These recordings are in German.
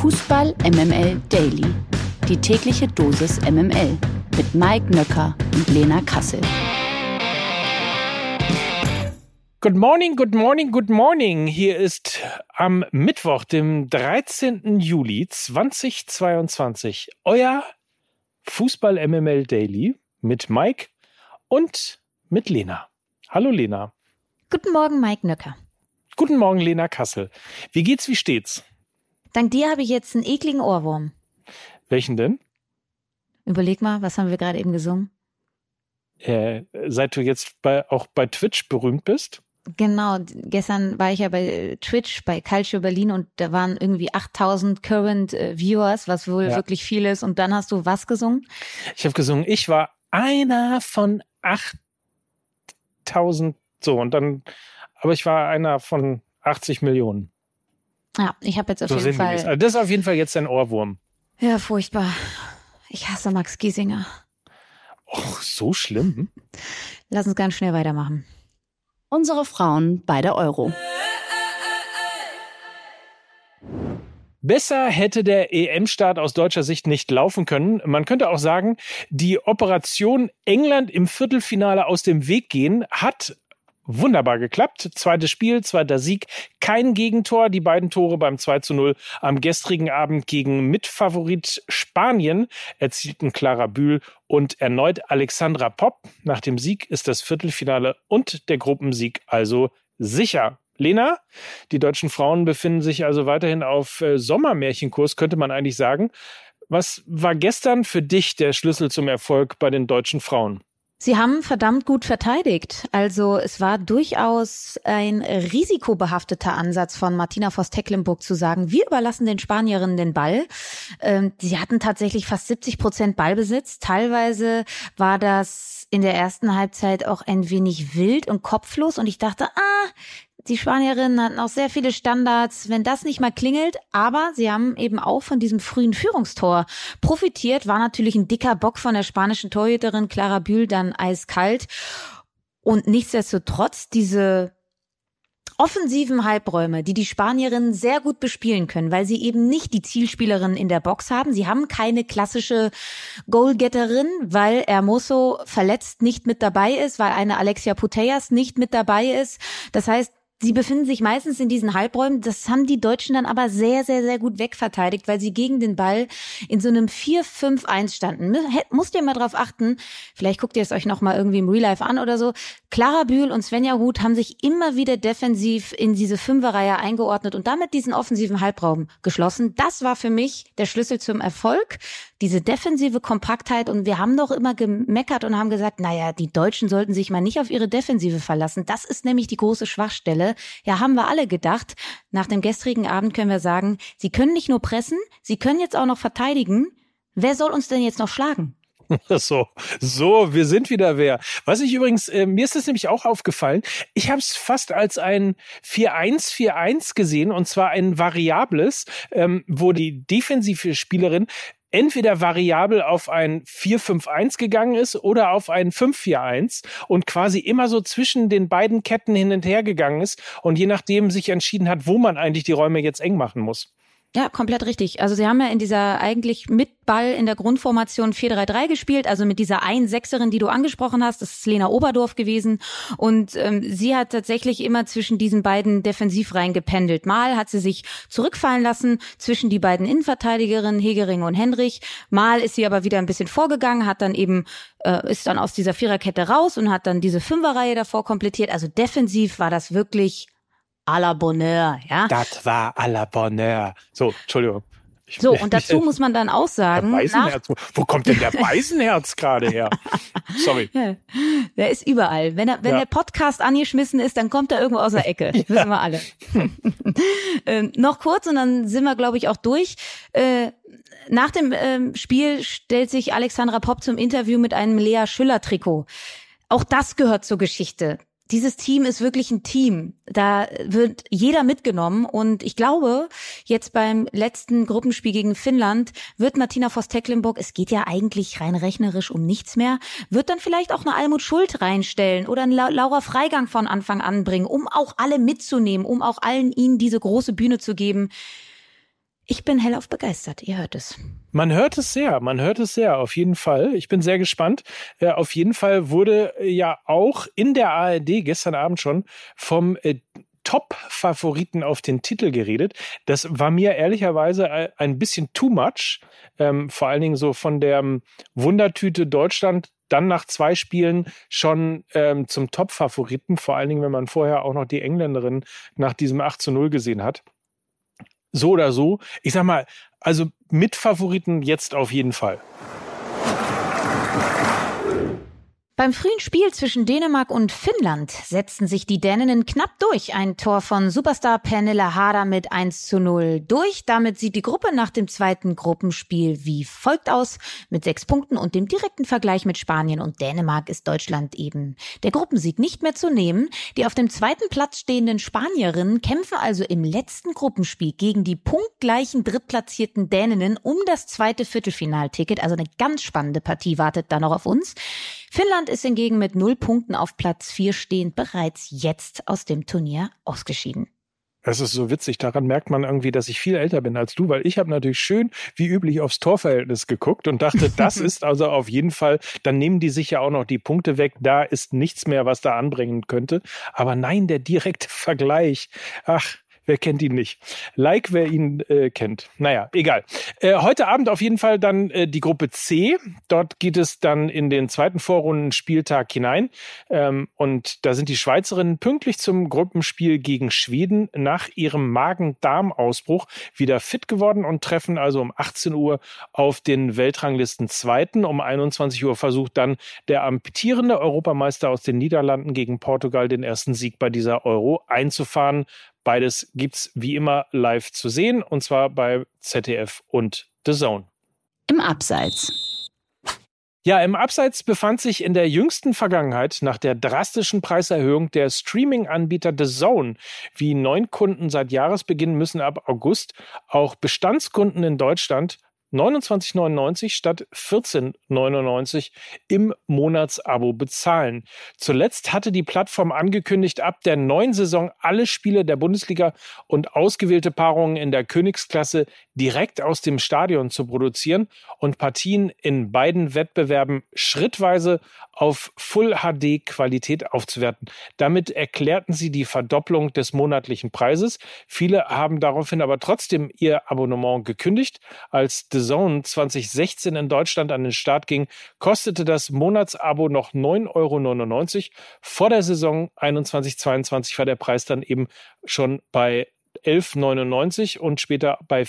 Fußball MML Daily. Die tägliche Dosis MML mit Mike Nöcker und Lena Kassel. Good morning, good morning, good morning. Hier ist am Mittwoch, dem 13. Juli 2022, euer Fußball MML Daily mit Mike und mit Lena. Hallo Lena. Guten Morgen, Mike Nöcker. Guten Morgen, Lena Kassel. Wie geht's, wie steht's? Dank dir habe ich jetzt einen ekligen Ohrwurm. Welchen denn? Überleg mal, was haben wir gerade eben gesungen? Seit du jetzt auch bei Twitch berühmt bist? Genau, gestern war ich ja bei Twitch, bei Calcio Berlin und da waren irgendwie 8000 Current Viewers, was wohl wirklich viel ist. Und dann hast du was gesungen? Ich habe gesungen, ich war einer von 8000, aber ich war einer von 80 Millionen. Ja, ich habe jetzt auf jeden Fall... Also das ist auf jeden Fall jetzt ein Ohrwurm. Ja, furchtbar. Ich hasse Max Giesinger. Och, so schlimm? Lass uns ganz schnell weitermachen. Unsere Frauen bei der Euro. Besser hätte der EM-Start aus deutscher Sicht nicht laufen können. Man könnte auch sagen, die Operation England im Viertelfinale aus dem Weg gehen hat wunderbar geklappt. Zweites Spiel, zweiter Sieg, kein Gegentor. Die beiden Tore beim 2:0 am gestrigen Abend gegen Mitfavorit Spanien erzielten Clara Bühl und erneut Alexandra Popp. Nach dem Sieg ist das Viertelfinale und der Gruppensieg also sicher. Lena, die deutschen Frauen befinden sich also weiterhin auf Sommermärchenkurs, könnte man eigentlich sagen. Was war gestern für dich der Schlüssel zum Erfolg bei den deutschen Frauen? Sie haben verdammt gut verteidigt. Also es war durchaus ein risikobehafteter Ansatz von Martina Voss-Tecklenburg zu sagen, wir überlassen den Spanierinnen den Ball. Sie hatten tatsächlich fast 70% Ballbesitz. Teilweise war das in der ersten Halbzeit auch ein wenig wild und kopflos. Und ich dachte, die Spanierinnen hatten auch sehr viele Standards, wenn das nicht mal klingelt. Aber sie haben eben auch von diesem frühen Führungstor profitiert. War natürlich ein dicker Bock von der spanischen Torhüterin Clara Bühl, dann eiskalt. Und nichtsdestotrotz diese offensiven Halbräume, die Spanierinnen sehr gut bespielen können, weil sie eben nicht die Zielspielerin in der Box haben. Sie haben keine klassische Goalgetterin, weil Hermoso verletzt nicht mit dabei ist, weil eine Alexia Putellas nicht mit dabei ist. Das heißt, sie befinden sich meistens in diesen Halbräumen. Das haben die Deutschen dann aber sehr, sehr, sehr gut wegverteidigt, weil sie gegen den Ball in so einem 4-5-1 standen. Musst ihr mal drauf achten, vielleicht guckt ihr es euch nochmal irgendwie im Real Life an oder so. Clara Bühl und Svenja Huth haben sich immer wieder defensiv in diese Fünferreihe eingeordnet und damit diesen offensiven Halbraum geschlossen. Das war für mich der Schlüssel zum Erfolg, diese defensive Kompaktheit. Und wir haben doch immer gemeckert und haben gesagt, naja, die Deutschen sollten sich mal nicht auf ihre Defensive verlassen. Das ist nämlich die große Schwachstelle. Ja, haben wir alle gedacht. Nach dem gestrigen Abend können wir sagen, sie können nicht nur pressen, sie können jetzt auch noch verteidigen. Wer soll uns denn jetzt noch schlagen? So, wir sind wieder wer. Was ich übrigens, mir ist das nämlich auch aufgefallen, ich habe es fast als ein 4-1-4-1 gesehen, und zwar ein variables, wo die defensive Spielerin entweder variabel auf ein 4-5-1 gegangen ist oder auf ein 5-4-1 und quasi immer so zwischen den beiden Ketten hin und her gegangen ist und je nachdem sich entschieden hat, wo man eigentlich die Räume jetzt eng machen muss. Ja, komplett richtig. Also sie haben ja in dieser eigentlich mit Ball in der Grundformation 4-3-3 gespielt, also mit dieser einen Sechserin, die du angesprochen hast, das ist Lena Oberdorf gewesen, und sie hat tatsächlich immer zwischen diesen beiden Defensivreihen gependelt. Mal hat sie sich zurückfallen lassen zwischen die beiden Innenverteidigerinnen Hegering und Hendrich, mal ist sie aber wieder ein bisschen vorgegangen, hat dann eben ist dann aus dieser Viererkette raus und hat dann diese Fünferreihe davor komplettiert. Also defensiv war das wirklich à la Bonheur, ja. Das war à la Bonheur. So, Entschuldigung. Und dazu muss man dann auch sagen... Wo kommt denn der Beisenherz gerade her? Sorry. Ja, der ist überall. Wenn der Podcast angeschmissen ist, dann kommt er irgendwo aus der Ecke. Das wissen wir alle. Noch kurz und dann sind wir, glaube ich, auch durch. Nach dem Spiel stellt sich Alexandra Popp zum Interview mit einem Lea Schüller-Trikot. Auch das gehört zur Geschichte. Dieses Team ist wirklich ein Team. Da wird jeder mitgenommen und ich glaube, jetzt beim letzten Gruppenspiel gegen Finnland wird Martina Voss-Tecklenburg, es geht ja eigentlich rein rechnerisch um nichts mehr, wird dann vielleicht auch eine Almut Schuld reinstellen oder eine Laura Freigang von Anfang an bringen, um auch alle mitzunehmen, um auch allen ihnen diese große Bühne zu geben. Ich bin hellauf begeistert, ihr hört es. Man hört es sehr, auf jeden Fall. Ich bin sehr gespannt. Auf jeden Fall wurde ja auch in der ARD gestern Abend schon vom Top-Favoriten auf den Titel geredet. Das war mir ehrlicherweise ein bisschen too much. Vor allen Dingen so von der Wundertüte Deutschland dann nach 2 Spielen schon zum Top-Favoriten. Vor allen Dingen, wenn man vorher auch noch die Engländerin nach diesem 8:0 gesehen hat. So oder so. Ich sag mal, also Mitfavoriten jetzt auf jeden Fall. Beim frühen Spiel zwischen Dänemark und Finnland setzten sich die Däninnen knapp durch. Ein Tor von Superstar Pernille Harder mit 1:0 durch. Damit sieht die Gruppe nach dem zweiten Gruppenspiel wie folgt aus. Mit 6 Punkten und dem direkten Vergleich mit Spanien und Dänemark ist Deutschland eben der Gruppensieg nicht mehr zu nehmen. Die auf dem zweiten Platz stehenden Spanierinnen kämpfen also im letzten Gruppenspiel gegen die punktgleichen drittplatzierten Däninnen um das zweite Viertelfinalticket. Also eine ganz spannende Partie wartet da noch auf uns. Finnland ist hingegen mit 0 Punkten auf Platz 4 stehend bereits jetzt aus dem Turnier ausgeschieden. Das ist so witzig. Daran merkt man irgendwie, dass ich viel älter bin als du, weil ich habe natürlich schön wie üblich aufs Torverhältnis geguckt und dachte, das ist also auf jeden Fall, dann nehmen die sich ja auch noch die Punkte weg. Da ist nichts mehr, was da anbringen könnte. Aber nein, der direkte Vergleich. Ach, wer kennt ihn nicht? Like, wer ihn kennt. Naja, egal. Heute Abend auf jeden Fall dann die Gruppe C. Dort geht es dann in den zweiten Vorrundenspieltag hinein. Und da sind die Schweizerinnen pünktlich zum Gruppenspiel gegen Schweden nach ihrem Magen-Darm-Ausbruch wieder fit geworden und treffen also um 18 Uhr auf den Weltranglisten Zweiten. Um 21 Uhr versucht dann der amtierende Europameister aus den Niederlanden gegen Portugal den ersten Sieg bei dieser Euro einzufahren. Beides gibt's wie immer live zu sehen, und zwar bei ZDF und The Zone. Im Abseits. Ja, im Abseits befand sich in der jüngsten Vergangenheit nach der drastischen Preiserhöhung der Streaming-Anbieter The Zone. Wie Neukunden seit Jahresbeginn müssen ab August auch Bestandskunden in Deutschland 29,99 statt 14,99 im Monatsabo bezahlen. Zuletzt hatte die Plattform angekündigt, ab der neuen Saison alle Spiele der Bundesliga und ausgewählte Paarungen in der Königsklasse direkt aus dem Stadion zu produzieren und Partien in beiden Wettbewerben schrittweise auf Full-HD-Qualität aufzuwerten. Damit erklärten sie die Verdopplung des monatlichen Preises. Viele haben daraufhin aber trotzdem ihr Abonnement gekündigt. Als The Zone 2016 in Deutschland an den Start ging, kostete das Monatsabo noch 9,99 €. Vor der Saison 21/22 war der Preis dann eben schon bei 11,99 € und später bei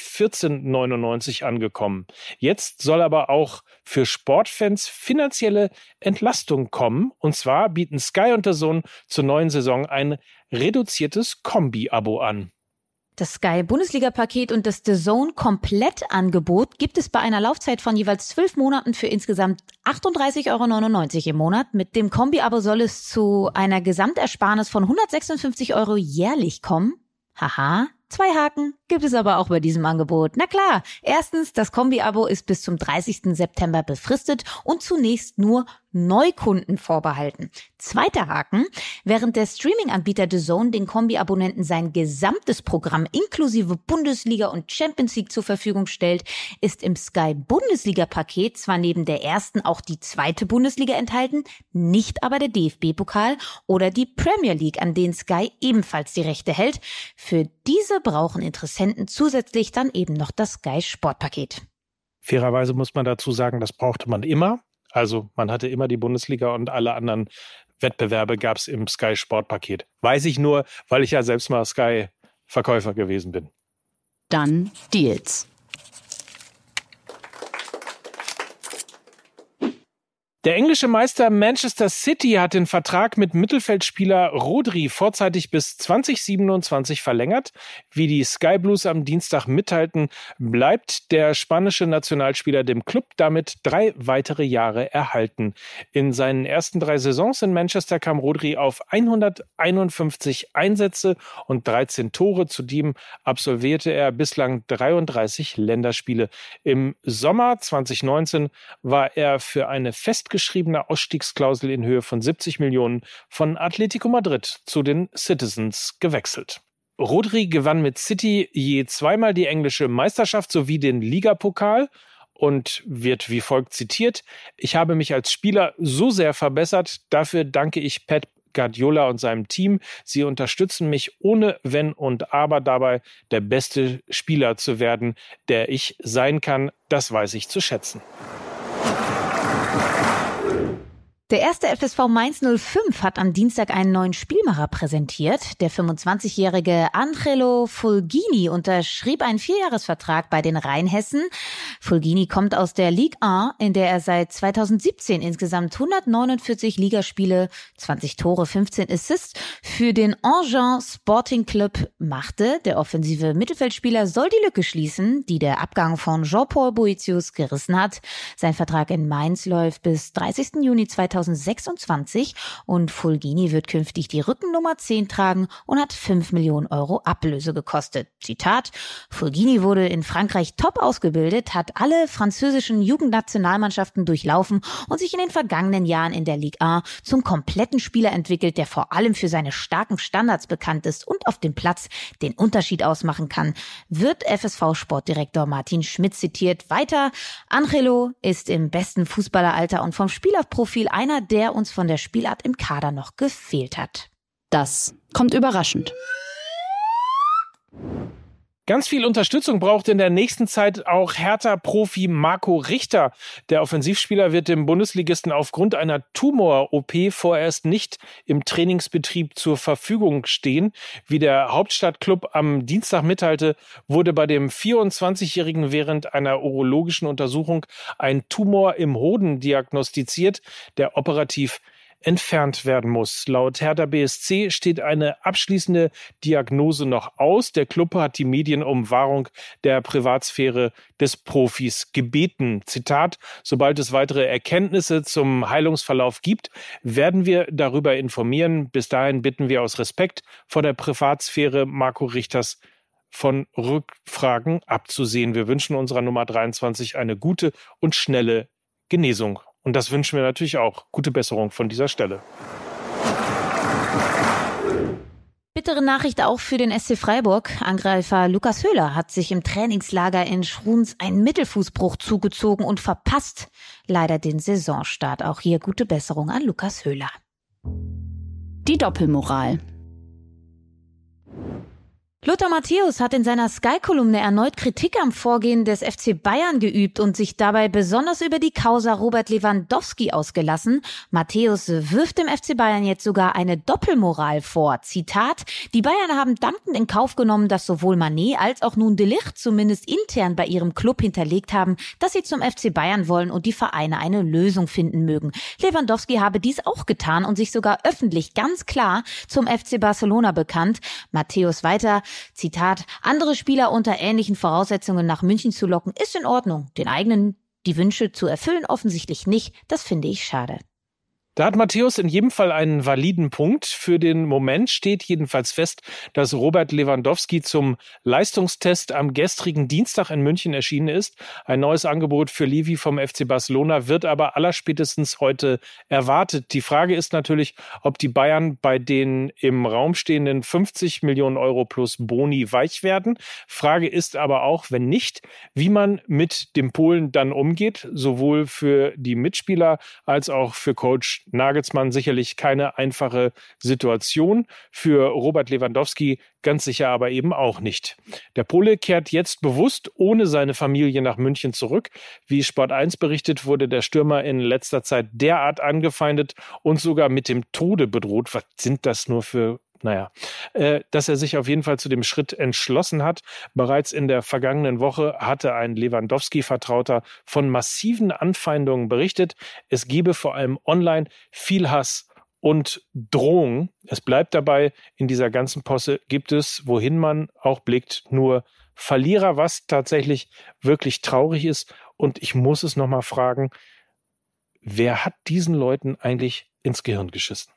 14,99 € angekommen. Jetzt soll aber auch für Sportfans finanzielle Entlastung kommen. Und zwar bieten Sky und The Zone zur neuen Saison ein reduziertes Kombi-Abo an. Das Sky-Bundesliga-Paket und das The Zone-Komplettangebot gibt es bei einer Laufzeit von jeweils 12 Monaten für insgesamt 38,99 € im Monat. Mit dem Kombi-Abo soll es zu einer Gesamtersparnis von 156 € jährlich kommen. Haha, 2 Haken gibt es aber auch bei diesem Angebot. Na klar, erstens, das Kombi-Abo ist bis zum 30. September befristet und zunächst nur Neukunden vorbehalten. Zweiter Haken, während der Streaming-Anbieter The Zone den Kombi-Abonnenten sein gesamtes Programm inklusive Bundesliga und Champions League zur Verfügung stellt, ist im Sky-Bundesliga-Paket zwar neben der ersten auch die zweite Bundesliga enthalten, nicht aber der DFB-Pokal oder die Premier League, an denen Sky ebenfalls die Rechte hält. Für diese brauchen Interessenten zusätzlich dann eben noch das Sky-Sportpaket. Fairerweise muss man dazu sagen, das brauchte man immer. Also man hatte immer die Bundesliga und alle anderen Wettbewerbe gab es im Sky-Sportpaket. Weiß ich nur, weil ich ja selbst mal Sky-Verkäufer gewesen bin. Dann Deals. Der englische Meister Manchester City hat den Vertrag mit Mittelfeldspieler Rodri vorzeitig bis 2027 verlängert. Wie die Sky Blues am Dienstag mitteilten, bleibt der spanische Nationalspieler dem Club damit 3 weitere Jahre erhalten. In seinen ersten 3 Saisons in Manchester kam Rodri auf 151 Einsätze und 13 Tore. Zudem absolvierte er bislang 33 Länderspiele. Im Sommer 2019 war er für eine festgeschriebene Ausstiegsklausel in Höhe von 70 Millionen von Atletico Madrid zu den Citizens gewechselt. Rodri gewann mit City je zweimal die englische Meisterschaft sowie den Ligapokal und wird wie folgt zitiert: Ich habe mich als Spieler so sehr verbessert, dafür danke ich Pep Guardiola und seinem Team. Sie unterstützen mich ohne Wenn und Aber dabei, der beste Spieler zu werden, der ich sein kann. Das weiß ich zu schätzen. Der erste FSV Mainz 05 hat am Dienstag einen neuen Spielmacher präsentiert. Der 25-jährige Angelo Fulgini unterschrieb einen 4-Jahresvertrag bei den Rheinhessen. Fulgini kommt aus der Ligue 1, in der er seit 2017 insgesamt 149 Ligaspiele, 20 Tore, 15 Assists für den Angers Sporting Club machte. Der offensive Mittelfeldspieler soll die Lücke schließen, die der Abgang von Jean-Paul Boetius gerissen hat. Sein Vertrag in Mainz läuft bis 30. Juni 2026 und Fulgini wird künftig die Rückennummer 10 tragen und hat 5 Millionen Euro Ablöse gekostet. Zitat: Fulgini wurde in Frankreich top ausgebildet, hat alle französischen Jugendnationalmannschaften durchlaufen und sich in den vergangenen Jahren in der Ligue 1 zum kompletten Spieler entwickelt, der vor allem für seine starken Standards bekannt ist und auf dem Platz den Unterschied ausmachen kann, wird FSV-Sportdirektor Martin Schmidt zitiert. Weiter: Angelo ist im besten Fußballeralter und vom Spielerprofil einer, der uns von der Spielart im Kader noch gefehlt hat. Das kommt überraschend. Ganz viel Unterstützung braucht in der nächsten Zeit auch Hertha-Profi Marco Richter. Der Offensivspieler wird dem Bundesligisten aufgrund einer Tumor-OP vorerst nicht im Trainingsbetrieb zur Verfügung stehen. Wie der Hauptstadtklub am Dienstag mitteilte, wurde bei dem 24-Jährigen während einer urologischen Untersuchung ein Tumor im Hoden diagnostiziert, der operativ entfernt werden muss. Laut Hertha BSC steht eine abschließende Diagnose noch aus. Der Klub hat die Medien um Wahrung der Privatsphäre des Profis gebeten. Zitat: Sobald es weitere Erkenntnisse zum Heilungsverlauf gibt, werden wir darüber informieren. Bis dahin bitten wir aus Respekt vor der Privatsphäre Marco Richters von Rückfragen abzusehen. Wir wünschen unserer Nummer 23 eine gute und schnelle Genesung. Und das wünschen wir natürlich auch. Gute Besserung von dieser Stelle. Bittere Nachricht auch für den SC Freiburg. Angreifer Lukas Höhler hat sich im Trainingslager in Schruns einen Mittelfußbruch zugezogen und verpasst leider den Saisonstart. Auch hier gute Besserung an Lukas Höhler. Die Doppelmoral. Lothar Matthäus hat in seiner Sky-Kolumne erneut Kritik am Vorgehen des FC Bayern geübt und sich dabei besonders über die Causa Robert Lewandowski ausgelassen. Matthäus wirft dem FC Bayern jetzt sogar eine Doppelmoral vor. Zitat: Die Bayern haben dankend in Kauf genommen, dass sowohl Mané als auch nun De Ligt zumindest intern bei ihrem Club hinterlegt haben, dass sie zum FC Bayern wollen und die Vereine eine Lösung finden mögen. Lewandowski habe dies auch getan und sich sogar öffentlich ganz klar zum FC Barcelona bekannt. Matthäus weiter: Zitat: Andere Spieler unter ähnlichen Voraussetzungen nach München zu locken, ist in Ordnung. Den eigenen die Wünsche zu erfüllen offensichtlich nicht. Das finde ich schade. Da hat Matthäus in jedem Fall einen validen Punkt. Für den Moment steht jedenfalls fest, dass Robert Lewandowski zum Leistungstest am gestrigen Dienstag in München erschienen ist. Ein neues Angebot für Levi vom FC Barcelona wird aber allerspätestens heute erwartet. Die Frage ist natürlich, ob die Bayern bei den im Raum stehenden 50 Millionen Euro plus Boni weich werden. Frage ist aber auch, wenn nicht, wie man mit dem Polen dann umgeht, sowohl für die Mitspieler als auch für Coach Nagelsmann. Sicherlich keine einfache Situation. Für Robert Lewandowski ganz sicher aber eben auch nicht. Der Pole kehrt jetzt bewusst ohne seine Familie nach München zurück. Wie Sport 1 berichtet, wurde der Stürmer in letzter Zeit derart angefeindet und sogar mit dem Tode bedroht. Was sind das nur für... dass er sich auf jeden Fall zu dem Schritt entschlossen hat. Bereits in der vergangenen Woche hatte ein Lewandowski-Vertrauter von massiven Anfeindungen berichtet. Es gebe vor allem online viel Hass und Drohung. Es bleibt dabei, in dieser ganzen Posse gibt es, wohin man auch blickt, nur Verlierer, was tatsächlich wirklich traurig ist. Und ich muss es nochmal fragen, wer hat diesen Leuten eigentlich ins Gehirn geschissen?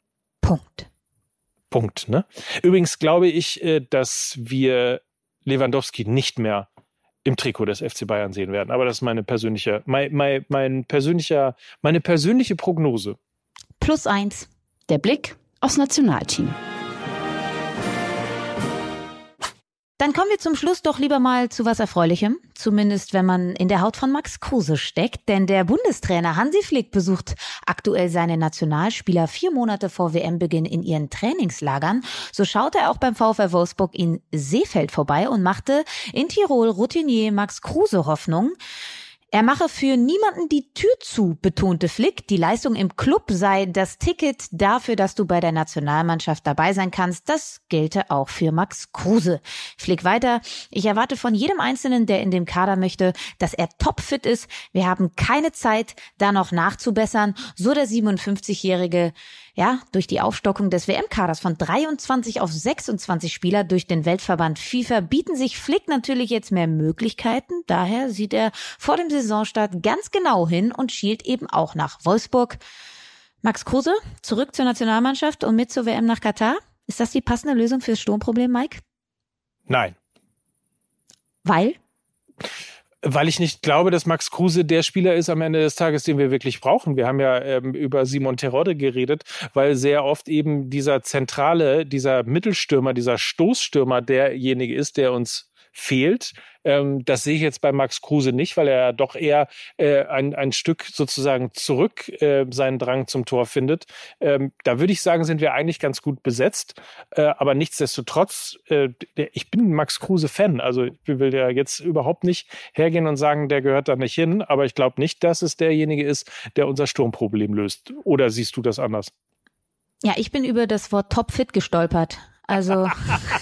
Punkt, ne? Übrigens glaube ich, dass wir Lewandowski nicht mehr im Trikot des FC Bayern sehen werden. Aber das ist meine persönliche Prognose. +1. Der Blick aufs Nationalteam. Dann kommen wir zum Schluss doch lieber mal zu was Erfreulichem, zumindest wenn man in der Haut von Max Kruse steckt, denn der Bundestrainer Hansi Flick besucht aktuell seine Nationalspieler 4 Monate vor WM-Beginn in ihren Trainingslagern. So schaute er auch beim VfL Wolfsburg in Seefeld vorbei und machte in Tirol Routinier Max Kruse Hoffnung. Er mache für niemanden die Tür zu, betonte Flick. Die Leistung im Club sei das Ticket dafür, dass du bei der Nationalmannschaft dabei sein kannst. Das gelte auch für Max Kruse. Flick weiter: Ich erwarte von jedem Einzelnen, der in dem Kader möchte, dass er topfit ist. Wir haben keine Zeit, da noch nachzubessern. So der 57-Jährige. Ja, durch die Aufstockung des WM-Kaders von 23 auf 26 Spieler durch den Weltverband FIFA bieten sich Flick natürlich jetzt mehr Möglichkeiten. Daher sieht er vor dem Saisonstart ganz genau hin und schielt eben auch nach Wolfsburg. Max Kruse, zurück zur Nationalmannschaft und mit zur WM nach Katar. Ist das die passende Lösung fürs Sturmproblem, Mike? Nein. Weil ich nicht glaube, dass Max Kruse der Spieler ist am Ende des Tages, den wir wirklich brauchen. Wir haben ja über Simon Terodde geredet, weil sehr oft eben dieser Zentrale, dieser Mittelstürmer, dieser Stoßstürmer derjenige ist, der uns fehlt. Das sehe ich jetzt bei Max Kruse nicht, weil er doch eher ein Stück sozusagen zurück seinen Drang zum Tor findet. Da würde ich sagen, sind wir eigentlich ganz gut besetzt. Aber nichtsdestotrotz, ich bin Max Kruse-Fan. Also ich will ja jetzt überhaupt nicht hergehen und sagen, der gehört da nicht hin. Aber ich glaube nicht, dass es derjenige ist, der unser Sturmproblem löst. Oder siehst du das anders? Ja, ich bin über das Wort topfit gestolpert. Also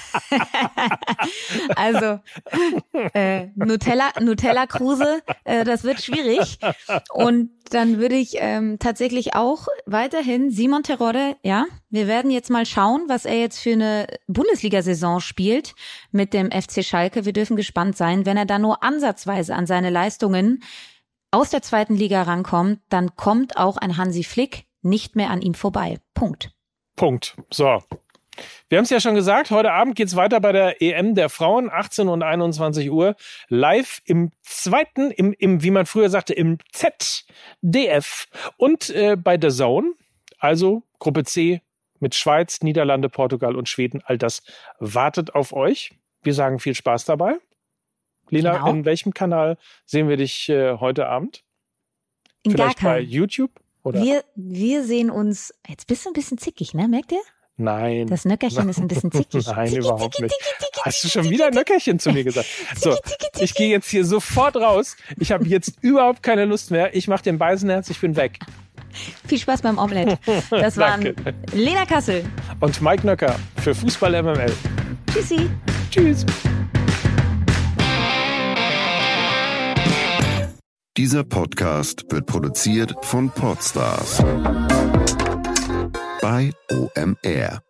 Nutella Kruse, das wird schwierig. Und dann würde ich tatsächlich auch weiterhin Simon Terodde, ja, wir werden jetzt mal schauen, was er jetzt für eine Bundesliga-Saison spielt mit dem FC Schalke. Wir dürfen gespannt sein. Wenn er da nur ansatzweise an seine Leistungen aus der 2. Liga rankommt, dann kommt auch ein Hansi Flick nicht mehr an ihm vorbei. Punkt. So. Wir haben es ja schon gesagt, heute Abend geht's weiter bei der EM der Frauen, 18 und 21 Uhr, live im zweiten, wie man früher sagte, im ZDF und bei DAZN, also Gruppe C mit Schweiz, Niederlande, Portugal und Schweden. All das wartet auf euch. Wir sagen viel Spaß dabei. Lena, genau. In welchem Kanal sehen wir dich heute Abend? In Vielleicht gar bei YouTube? Oder? Wir sehen uns, jetzt bist du ein bisschen zickig, ne? Merkt ihr? Nein. Das Nöckerchen ist ein bisschen zickig. Nein, überhaupt nicht. Hast du schon wieder Nöckerchen zu mir gesagt? So, ich gehe jetzt hier sofort raus. Ich habe jetzt überhaupt keine Lust mehr. Ich mache den Beisenherz, ich bin weg. Viel Spaß beim Omelett. Das waren Lena Kassel und Mike Nöcker für Fußball MML. Tschüssi. Tschüss. Dieser Podcast wird produziert von Podstars bei OMR.